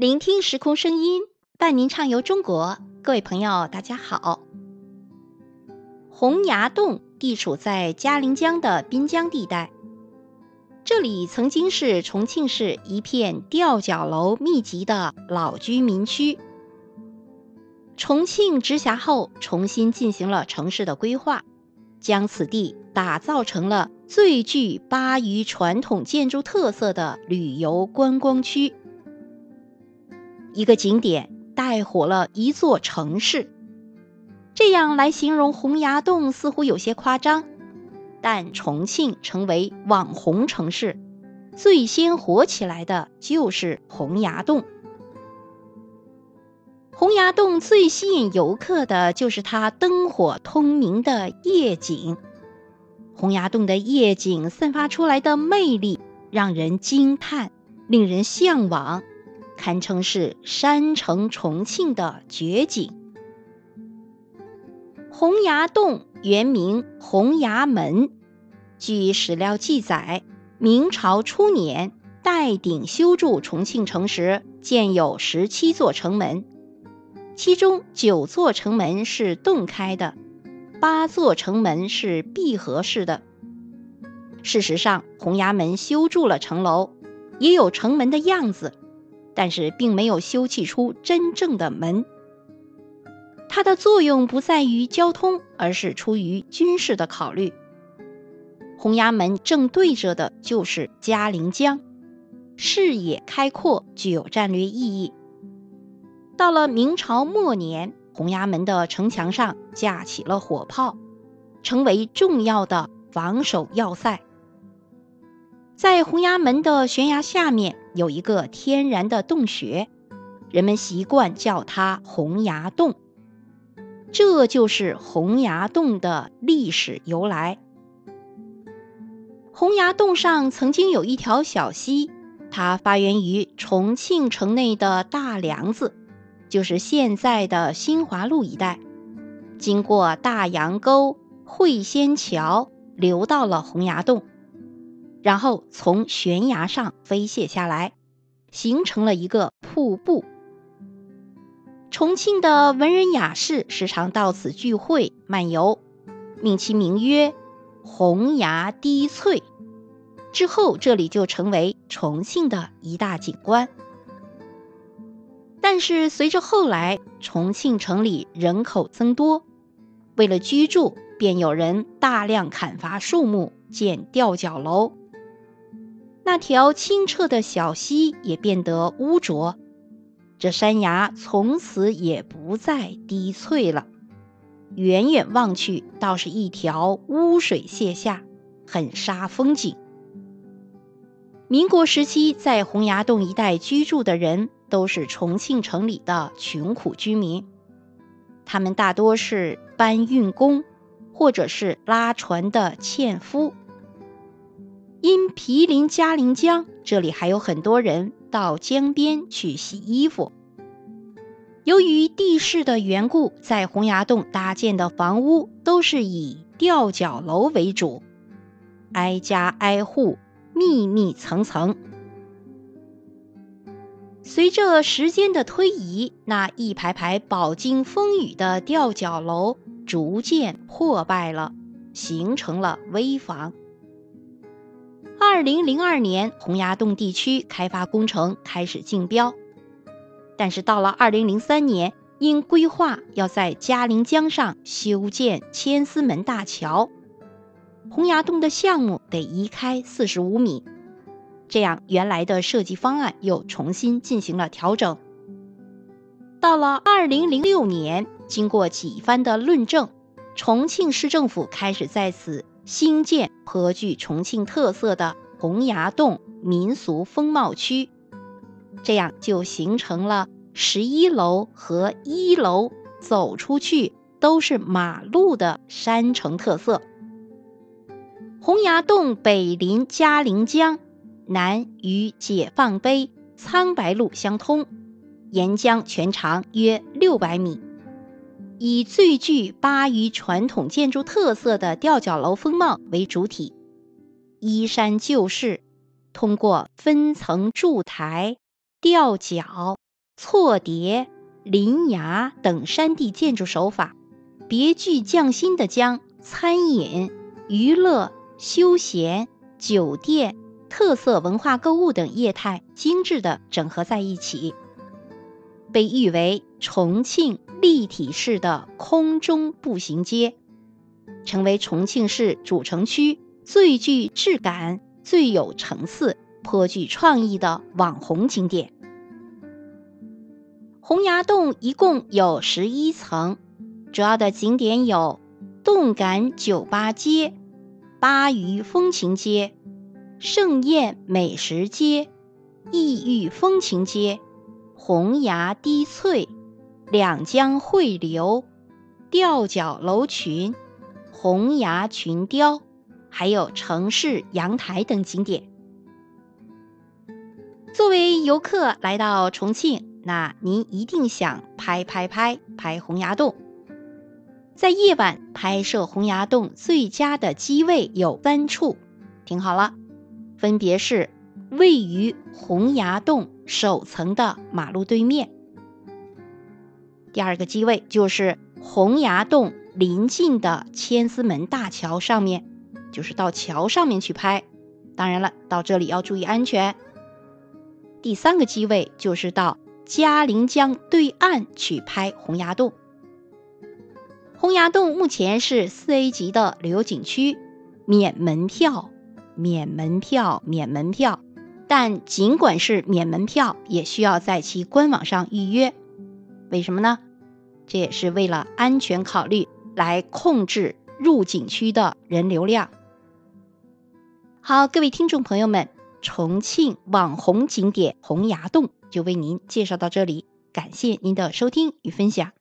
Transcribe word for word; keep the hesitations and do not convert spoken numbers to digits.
聆听时空声音，伴您畅游中国。各位朋友，大家好。洪崖洞地处在嘉陵江的滨江地带，这里曾经是重庆市一片吊脚楼密集的老居民区。重庆直辖后重新进行了城市的规划，将此地打造成了最具巴渝传统建筑特色的旅游观光区。一个景点带火了一座城市，这样来形容洪崖洞似乎有些夸张，但重庆成为网红城市，最先火起来的就是洪崖洞。洪崖洞最吸引游客的就是它灯火通明的夜景。洪崖洞的夜景散发出来的魅力让人惊叹，令人向往，堪称是山城重庆的绝景。洪崖洞原名洪崖门，据史料记载，明朝初年戴鼎修筑重庆城时，建有十七座城门，其中九座城门是洞开的，八座城门是闭合式的。事实上，洪崖门修筑了城楼，也有城门的样子，但是并没有修砌出真正的门。它的作用不在于交通，而是出于军事的考虑。洪崖门正对着的就是嘉陵江，视野开阔，具有战略意义。到了明朝末年，洪崖门的城墙上架起了火炮，成为重要的防守要塞。在洪崖门的悬崖下面有一个天然的洞穴，人们习惯叫它洪崖洞，这就是洪崖洞的历史由来。洪崖洞上曾经有一条小溪，它发源于重庆城内的大梁子，就是现在的新华路一带，经过大洋沟、会仙桥，流到了洪崖洞，然后从悬崖上飞泻下来，形成了一个瀑布。重庆的文人雅士时常到此聚会漫游，命其名曰洪崖滴翠，之后这里就成为重庆的一大景观。但是随着后来重庆城里人口增多，为了居住，便有人大量砍伐树木，建吊脚楼，那条清澈的小溪也变得污浊，这山崖从此也不再滴翠了，远远望去倒是一条污水泻下，很煞风景。民国时期在洪崖洞一带居住的人都是重庆城里的穷苦居民，他们大多是搬运工或者是拉船的纤夫。因毗邻嘉陵江，这里还有很多人到江边去洗衣服。由于地势的缘故，在洪崖洞搭建的房屋都是以吊脚楼为主，挨家挨户，密密层层。随着时间的推移，那一排排饱经风雨的吊脚楼逐渐破败了，形成了危房。二零零二年，洪崖洞地区开发工程开始竞标，但是到了二零零三年，因规划要在嘉陵江上修建千丝门大桥，洪崖洞的项目得移开四十五米，这样原来的设计方案又重新进行了调整。到了二零零六年，经过几番的论证，重庆市政府开始在此兴建颇具重庆特色的洪崖洞民俗风貌区，这样就形成了十一楼和一楼走出去都是马路的山城特色。洪崖洞北临嘉陵江，南与解放碑、苍白路相通，沿江全长约六百米，以最具巴渝传统建筑特色的吊脚楼风貌为主体，依山就势，通过分层筑台、吊脚、 错叠、临崖等山地建筑手法，别具匠心地将餐饮、娱乐、休闲、酒店、特色文化购物等业态精致地整合在一起，被誉为重庆立体式的空中步行街，成为重庆市主城区最具质感、最有层次、颇具创意的网红景点。洪崖洞一共有十一层，主要的景点有动感酒吧街、巴渝风情街、盛宴美食街、异域风情街、洪崖滴翠、两江汇流、吊脚楼群、洪崖群雕，还有城市阳台等景点。作为游客来到重庆，那您一定想拍拍拍拍洪崖洞。在夜晚拍摄洪崖洞最佳的机位有三处，听好了，分别是位于洪崖洞首层的马路对面，第二个机位就是洪崖洞临近的千厮门大桥上面，就是到桥上面去拍，当然了，到这里要注意安全。第三个机位就是到嘉陵江对岸去拍洪崖洞。洪崖洞目前是 四 A 级的旅游景区，免门票，免门票，免门票。但尽管是免门票，也需要在其官网上预约。为什么呢？这也是为了安全考虑，来控制入景区的人流量。好，各位听众朋友们，重庆网红景点洪崖洞就为您介绍到这里，感谢您的收听与分享。